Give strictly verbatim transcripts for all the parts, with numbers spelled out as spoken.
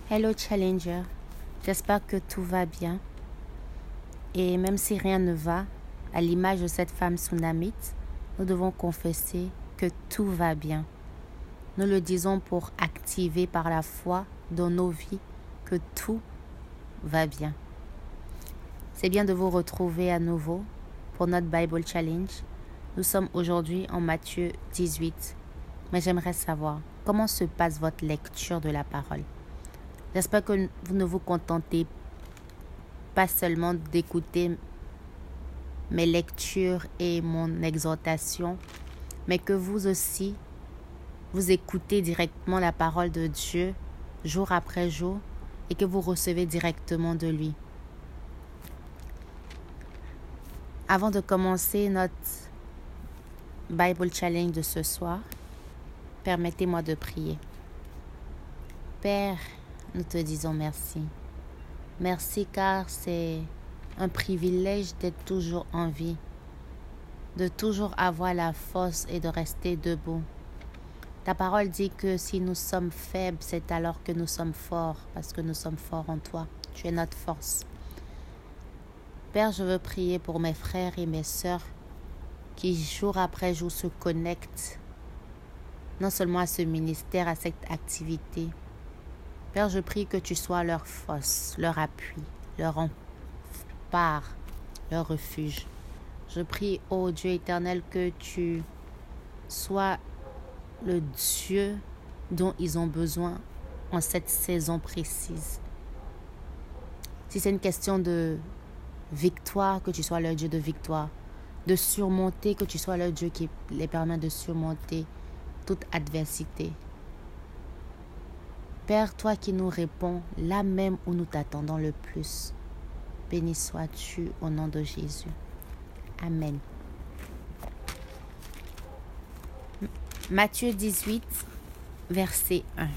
Hello Challenger, j'espère que tout va bien. Et même si rien ne va, à l'image de cette femme sunamite, nous devons confesser que tout va bien. Nous le disons pour activer par la foi dans nos vies que tout va bien. C'est bien de vous retrouver à nouveau pour notre Bible Challenge. Nous sommes aujourd'hui en Matthieu dix-huit, mais j'aimerais savoir comment se passe votre lecture de la parole. J'espère que vous ne vous contentez pas seulement d'écouter mes lectures et mon exhortation, mais que vous aussi, vous écoutez directement la parole de Dieu jour après jour et que vous recevez directement de lui. Avant de commencer notre Bible Challenge de ce soir, permettez-moi de prier. Père, nous te disons merci. Merci car c'est un privilège d'être toujours en vie, de toujours avoir la force et de rester debout. Ta parole dit que si nous sommes faibles, c'est alors que nous sommes forts, parce que nous sommes forts en toi. Tu es notre force. Père, je veux prier pour mes frères et mes sœurs qui jour après jour se connectent, non seulement à ce ministère, à cette activité. Père, je prie que tu sois leur force, leur appui, leur rempart, leur refuge. Je prie, ô Dieu éternel, que tu sois le Dieu dont ils ont besoin en cette saison précise. Si c'est une question de victoire, que tu sois leur Dieu de victoire, de surmonter, que tu sois leur Dieu qui les permet de surmonter toute adversité. Père, toi qui nous réponds là même où nous t'attendons le plus, béni sois-tu au nom de Jésus. Amen. Matthieu dix-huit, verset un.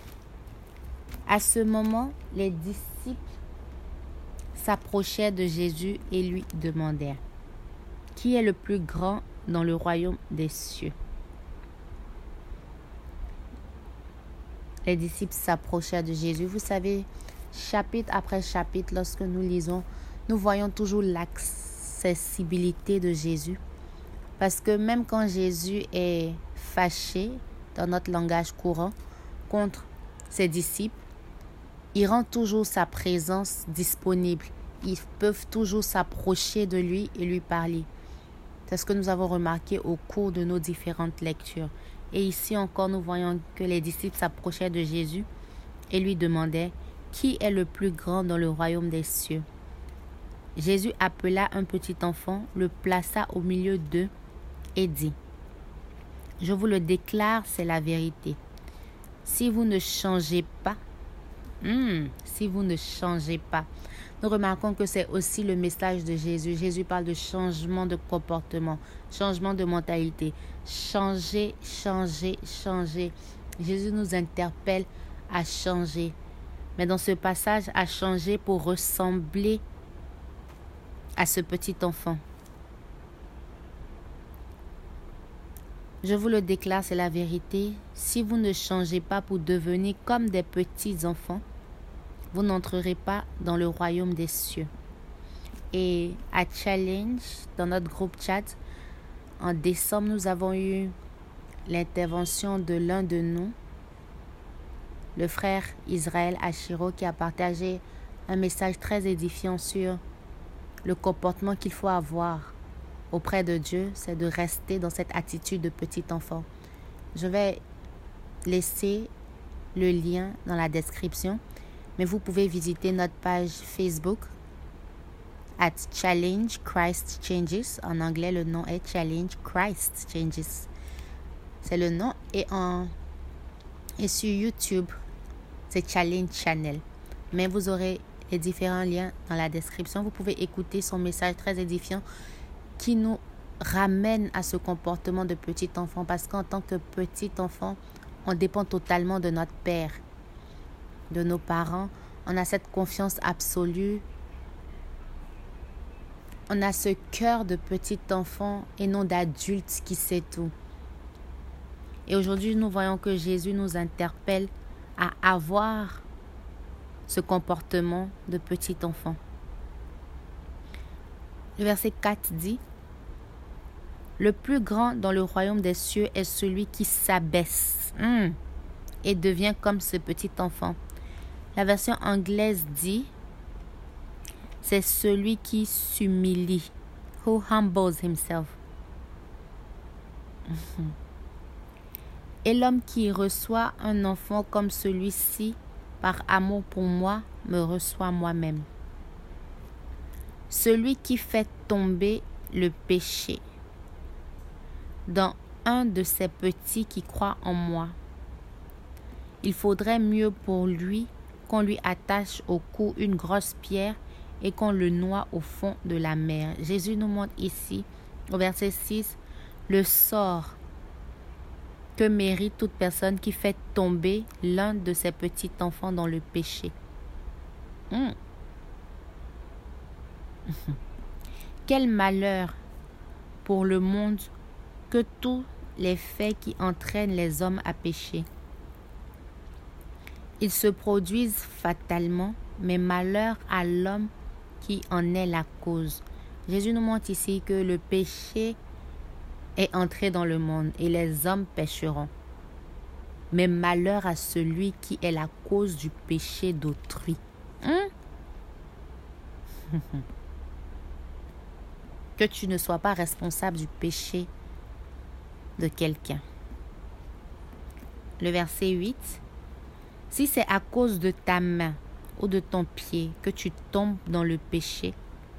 À ce moment, les disciples s'approchèrent de Jésus et lui demandèrent: qui est le plus grand dans le royaume des cieux? Les disciples s'approchèrent de Jésus. Vous savez, chapitre après chapitre, lorsque nous lisons, nous voyons toujours l'accessibilité de Jésus. Parce que même quand Jésus est fâché, dans notre langage courant, contre ses disciples, il rend toujours sa présence disponible. Ils peuvent toujours s'approcher de lui et lui parler. C'est ce que nous avons remarqué au cours de nos différentes lectures. Et ici encore, nous voyons que les disciples s'approchaient de Jésus et lui demandaient: qui est le plus grand dans le royaume des cieux? Jésus appela un petit enfant, le plaça au milieu d'eux et dit: je vous le déclare, c'est la vérité. Si vous ne changez pas, hmm, si vous ne changez pas, nous remarquons que c'est aussi le message de Jésus. Jésus parle de changement de comportement, changement de mentalité. Changer, changer, changer. Jésus nous interpelle à changer. Mais dans ce passage, à changer pour ressembler à ce petit enfant. Je vous le déclare, c'est la vérité. Si vous ne changez pas pour devenir comme des petits enfants, vous n'entrerez pas dans le royaume des cieux. Et à Challenge, dans notre groupe chat, en décembre, nous avons eu l'intervention de l'un de nous, le frère Israël Achiro, qui a partagé un message très édifiant sur le comportement qu'il faut avoir auprès de Dieu, c'est de rester dans cette attitude de petit enfant. Je vais laisser le lien dans la description, mais vous pouvez visiter notre page Facebook at Challenge Christ Changes. En anglais, le nom est Challenge Christ Changes. C'est le nom. Et, en, et sur YouTube, c'est Challenge Channel. Mais vous aurez les différents liens dans la description. Vous pouvez écouter son message très édifiant qui nous ramène à ce comportement de petit enfant. Parce qu'en tant que petit enfant, on dépend totalement de notre père, de nos parents. On a cette confiance absolue. On a ce cœur de petit enfant et non d'adulte qui sait tout. Et aujourd'hui, nous voyons que Jésus nous interpelle à avoir ce comportement de petit enfant. Le verset quatre dit, « Le plus grand dans le royaume des cieux est celui qui s'abaisse mmh, et devient comme ce petit enfant. » La version anglaise dit, « C'est celui qui s'humilie, who humbles himself. » Et l'homme qui reçoit un enfant comme celui-ci, par amour pour moi, me reçoit moi-même. Celui qui fait tomber le péché dans un de ces petits qui croient en moi, il faudrait mieux pour lui qu'on lui attache au cou une grosse pierre et qu'on le noie au fond de la mer. Jésus nous montre ici, au verset six, le sort que mérite toute personne qui fait tomber l'un de ses petits enfants dans le péché. Mmh. Quel malheur pour le monde que tous les faits qui entraînent les hommes à pécher. Ils se produisent fatalement, mais malheur à l'homme qui en est la cause. Jésus nous montre ici que le péché est entré dans le monde et les hommes pécheront. Mais malheur à celui qui est la cause du péché d'autrui. Hein? Que tu ne sois pas responsable du péché de quelqu'un. Le verset huit. Si c'est à cause de ta main ou de ton pied que tu tombes dans le péché,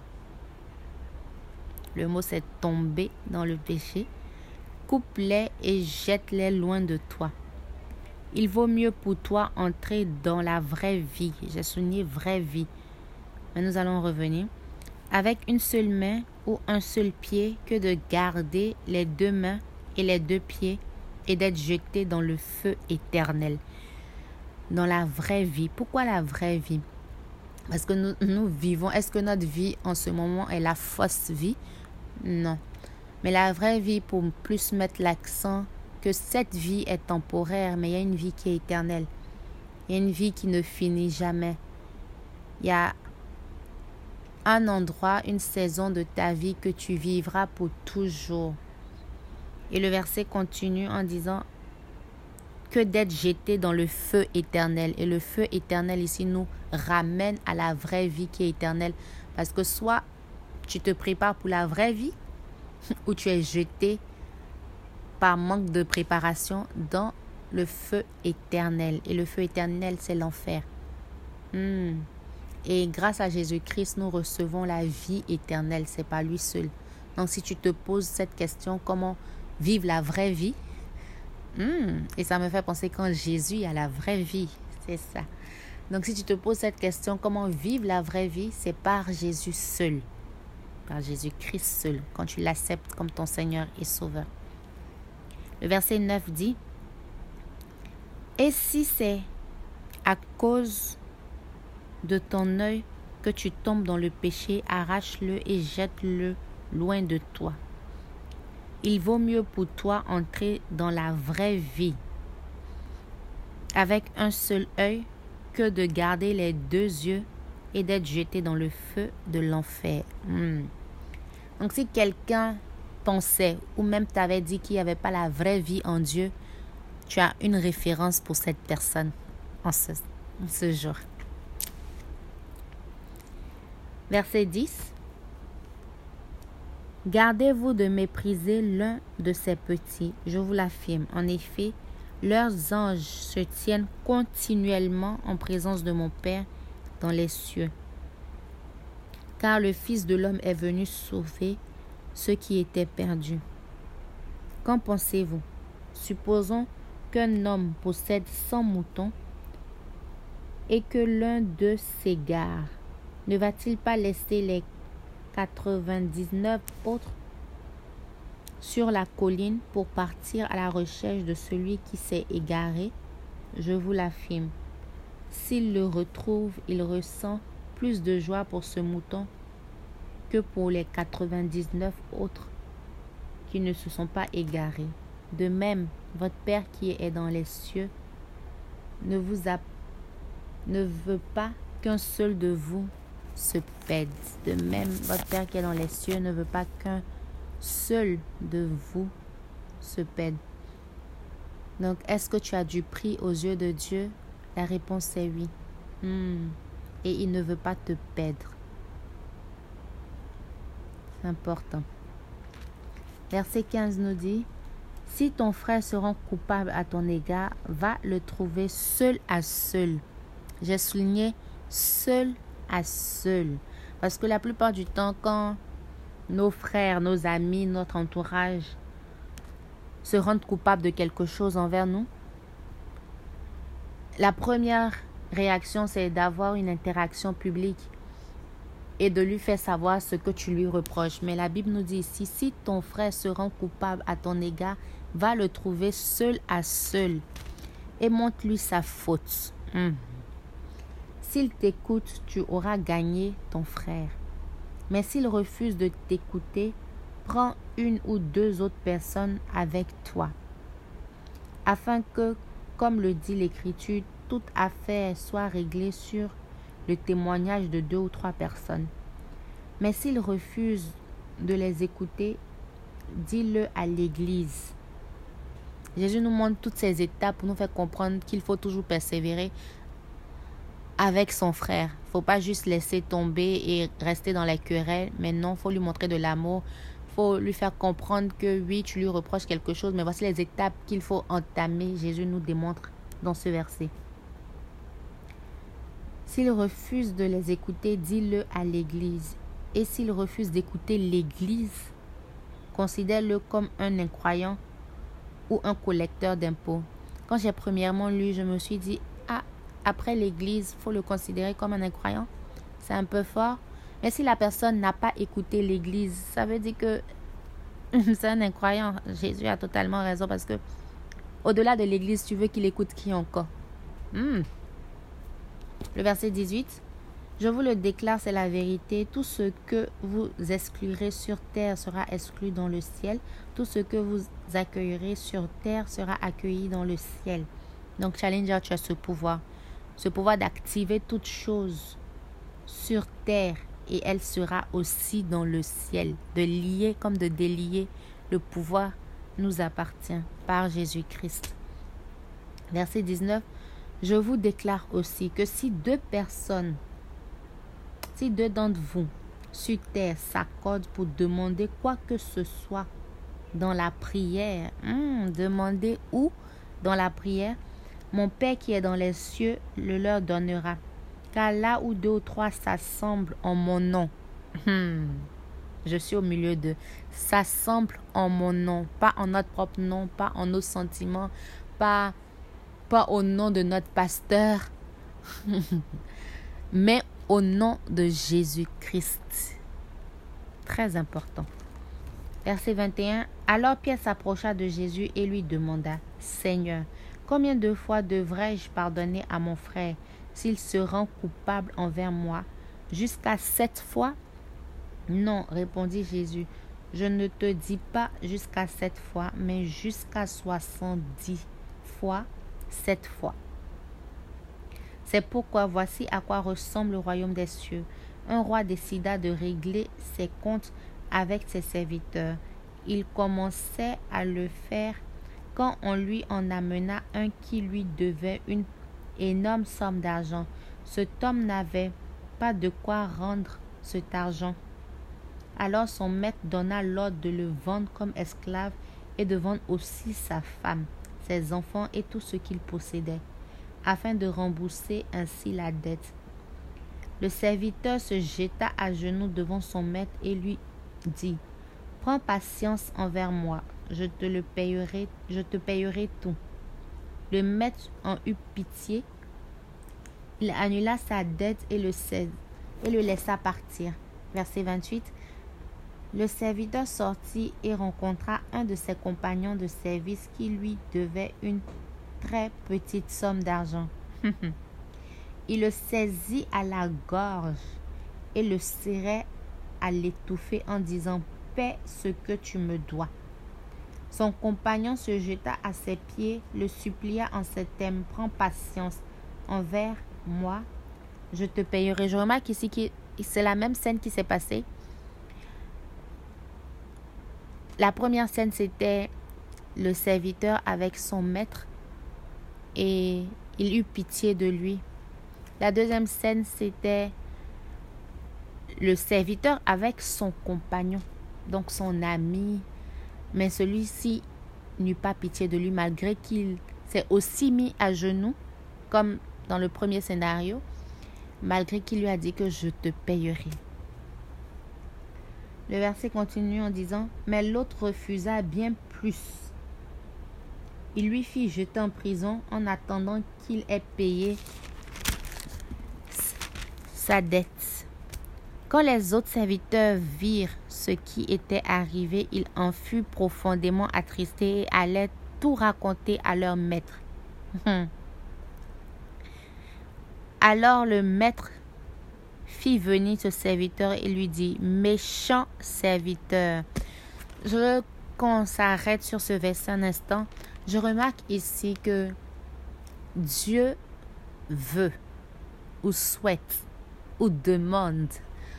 le mot c'est tomber dans le péché, coupe-les et jette-les loin de toi. Il vaut mieux pour toi entrer dans la vraie vie. J'ai souligné vraie vie. Mais nous allons revenir. Avec une seule main ou un seul pied que de garder les deux mains et les deux pieds et d'être jeté dans le feu éternel. Dans la vraie vie. Pourquoi la vraie vie? Parce que nous, nous vivons. Est-ce que notre vie en ce moment est la fausse vie? Non. Mais la vraie vie, pour plus mettre l'accent que cette vie est temporaire, mais il y a une vie qui est éternelle. Il y a une vie qui ne finit jamais. Il y a un endroit, une saison de ta vie que tu vivras pour toujours. Et le verset continue en disant que d'être jeté dans le feu éternel. Et le feu éternel ici nous ramène à la vraie vie qui est éternelle. Parce que soit tu te prépares pour la vraie vie, ou tu es jeté par manque de préparation dans le feu éternel. Et le feu éternel, c'est l'enfer. Hmm. Et grâce à Jésus-Christ, nous recevons la vie éternelle. C'est pas lui seul. Donc si tu te poses cette question, comment vivre la vraie vie? Hmm. Et ça me fait penser quand Jésus a la vraie vie. C'est ça. Donc si tu te poses cette question, comment vivre la vraie vie? C'est par Jésus seul. Par Jésus-Christ seul. Quand tu l'acceptes comme ton Seigneur et Sauveur. Le verset neuf dit, « Et si c'est à cause de ton œil que tu tombes dans le péché, arrache-le et jette-le loin de toi. Il vaut mieux pour toi entrer dans la vraie vie avec un seul œil que de garder les deux yeux et d'être jeté dans le feu de l'enfer. Hmm. » Donc si quelqu'un pensait ou même t'avait dit qu'il n'y avait pas la vraie vie en Dieu, tu as une référence pour cette personne en ce, en ce jour. Verset dix. Gardez-vous de mépriser l'un de ces petits, je vous l'affirme. En effet, leurs anges se tiennent continuellement en présence de mon Père dans les cieux. Car le Fils de l'homme est venu sauver ceux qui étaient perdus. Qu'en pensez-vous? Supposons qu'un homme possède cent moutons et que l'un d'eux s'égare. Ne va-t-il pas laisser les quatre-vingt-dix-neuf autres sur la colline pour partir à la recherche de celui qui s'est égaré? Je vous l'affirme. S'il le retrouve, il ressent plus de joie pour ce mouton que pour les quatre-vingt-dix-neuf autres qui ne se sont pas égarés. De même, votre Père qui est dans les cieux ne vous a ne veut pas qu'un seul de vous se perde. De même, votre Père qui est dans les cieux ne veut pas qu'un seul de vous se perde. Donc, est-ce que tu as du prix aux yeux de Dieu? La réponse est oui. Hmm. Et il ne veut pas te perdre. C'est important. Verset quinze nous dit, « Si ton frère se rend coupable à ton égard, va le trouver seul à seul. » J'ai souligné seul à seul. Parce que la plupart du temps, quand nos frères, nos amis, notre entourage se rendent coupables de quelque chose envers nous, la première réaction, c'est d'avoir une interaction publique et de lui faire savoir ce que tu lui reproches. Mais la Bible nous dit ici, si ton frère se rend coupable à ton égard, va le trouver seul à seul et montre-lui sa faute. Mmh. S'il t'écoute, tu auras gagné ton frère. Mais s'il refuse de t'écouter, prends une ou deux autres personnes avec toi, afin que, comme le dit l'Écriture, toute affaire soit réglée sur le témoignage de deux ou trois personnes. Mais s'il refuse de les écouter, dis-le à l'Église. Jésus nous montre toutes ces étapes pour nous faire comprendre qu'il faut toujours persévérer avec son frère. Il ne faut pas juste laisser tomber et rester dans la querelle, mais non, il faut lui montrer de l'amour. Il faut lui faire comprendre que oui, tu lui reproches quelque chose, mais voici les étapes qu'il faut entamer. Jésus nous démontre dans ce verset. S'il refuse de les écouter, dis-le à l'Église. Et s'il refuse d'écouter l'Église, considère-le comme un incroyant ou un collecteur d'impôts. Quand j'ai premièrement lu, je me suis dit, ah, après l'Église, il faut le considérer comme un incroyant. C'est un peu fort. Mais si la personne n'a pas écouté l'Église, ça veut dire que c'est un incroyant. Jésus a totalement raison parce que au-delà de l'Église, tu veux qu'il écoute qui encore? hmm. Le verset dix-huit. Je vous le déclare, c'est la vérité. Tout ce que vous exclurez sur terre sera exclu dans le ciel. Tout ce que vous accueillerez sur terre sera accueilli dans le ciel. Donc, Challenger, tu as ce pouvoir. Ce pouvoir d'activer toute chose sur terre et elle sera aussi dans le ciel. De lier comme de délier, le pouvoir nous appartient par Jésus-Christ. Verset dix-neuf. Je vous déclare aussi que si deux personnes Si deux d'entre vous sur terre s'accordent pour demander quoi que ce soit dans la prière, hmm, demandez où dans la prière, mon Père qui est dans les cieux le leur donnera. Car là où deux ou trois s'assemblent en mon nom, hmm, je suis au milieu d'eux, s'assemblent en mon nom, pas en notre propre nom, pas en nos sentiments, pas, pas au nom de notre pasteur, mais au nom de Jésus-Christ. Très important. Verset vingt et un. Alors Pierre s'approcha de Jésus et lui demanda, Seigneur, combien de fois devrais-je pardonner à mon frère s'il se rend coupable envers moi? Jusqu'à sept fois? Non, répondit Jésus, je ne te dis pas jusqu'à sept fois, mais jusqu'à soixante-dix fois, sept fois. C'est pourquoi voici à quoi ressemble le royaume des cieux. Un roi décida de régler ses comptes avec ses serviteurs. Il commençait à le faire quand on lui en amena un qui lui devait une énorme somme d'argent. Cet homme n'avait pas de quoi rendre cet argent. Alors son maître donna l'ordre de le vendre comme esclave et de vendre aussi sa femme, ses enfants et tout ce qu'il possédait, afin de rembourser ainsi la dette. Le serviteur se jeta à genoux devant son maître et lui dit, « Prends patience envers moi, je te le payerai, je te payerai tout. » Le maître en eut pitié, il annula sa dette et le, et le laissa partir. Verset vingt-huit. Le serviteur sortit et rencontra un de ses compagnons de service qui lui devait une très petite somme d'argent. Il le saisit à la gorge et le serrait à l'étouffer en disant « Paie ce que tu me dois. » Son compagnon se jeta à ses pieds, le supplia en ces termes « Prends patience envers moi, je te payerai. Je remarque ici que c'est la même scène qui s'est passée. La première scène, c'était le serviteur avec son maître et il eut pitié de lui. La deuxième scène, c'était le serviteur avec son compagnon, donc son ami. Mais celui-ci n'eut pas pitié de lui malgré qu'il s'est aussi mis à genoux, comme dans le premier scénario, malgré qu'il lui a dit que je te payerai. Le verset continue en disant, mais l'autre refusa bien plus. Il lui fit jeter en prison en attendant qu'il ait payé sa dette. Quand les autres serviteurs virent ce qui était arrivé, ils en furent profondément attristés et allaient tout raconter à leur maître. Alors le maître fit venir ce serviteur et lui dit, méchant serviteur. Je veux qu'on s'arrête sur ce verset un instant. Je remarque ici que Dieu veut ou souhaite ou demande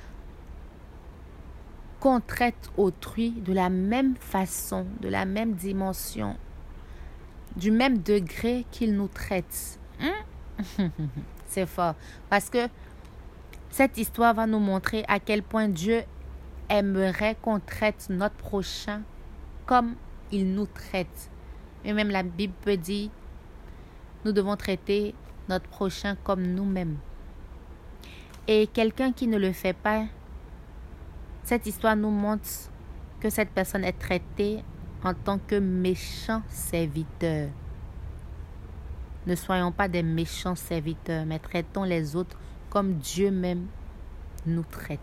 qu'on traite autrui de la même façon, de la même dimension, du même degré qu'il nous traite. Hum? C'est fort. Parce que cette histoire va nous montrer à quel point Dieu aimerait qu'on traite notre prochain comme il nous traite. Et même la Bible peut dire, nous devons traiter notre prochain comme nous-mêmes. Et quelqu'un qui ne le fait pas, cette histoire nous montre que cette personne est traitée en tant que méchant serviteur. Ne soyons pas des méchants serviteurs, mais traitons les autres comme Dieu même nous traite.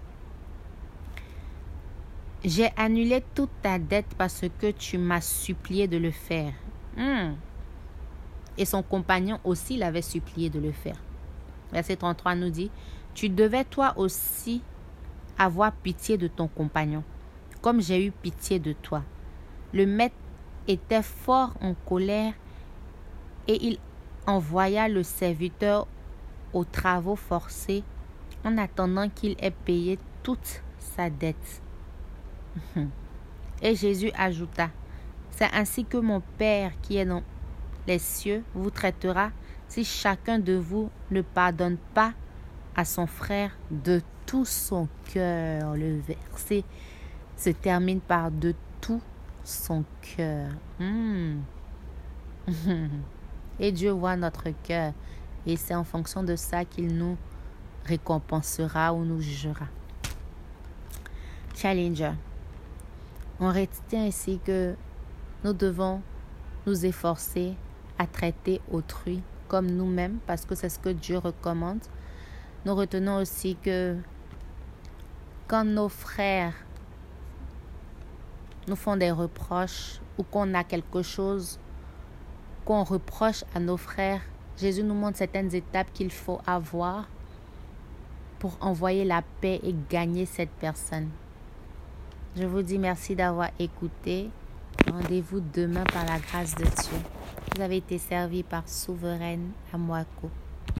J'ai annulé toute ta dette parce que tu m'as supplié de le faire. Hmm. Et son compagnon aussi l'avait supplié de le faire. Verset trente-trois nous dit, tu devais toi aussi avoir pitié de ton compagnon, comme j'ai eu pitié de toi. Le maître était fort en colère et il envoya le serviteur aux travaux forcés en attendant qu'il ait payé toute sa dette. Et Jésus ajouta, c'est ainsi que mon Père qui est dans les cieux vous traitera si chacun de vous ne pardonne pas à son frère de tout son cœur. Le verset se termine par de tout son cœur. Mmh. Et Dieu voit notre cœur et c'est en fonction de ça qu'il nous récompensera ou nous jugera. Challenger. On retient ici que nous devons nous efforcer à traiter autrui comme nous-mêmes parce que c'est ce que Dieu recommande. Nous retenons aussi que quand nos frères nous font des reproches ou qu'on a quelque chose qu'on reproche à nos frères, Jésus nous montre certaines étapes qu'il faut avoir pour envoyer la paix et gagner cette personne. Je vous dis merci d'avoir écouté. Rendez-vous demain par la grâce de Dieu. Vous avez été servi par Souveraine Amwako.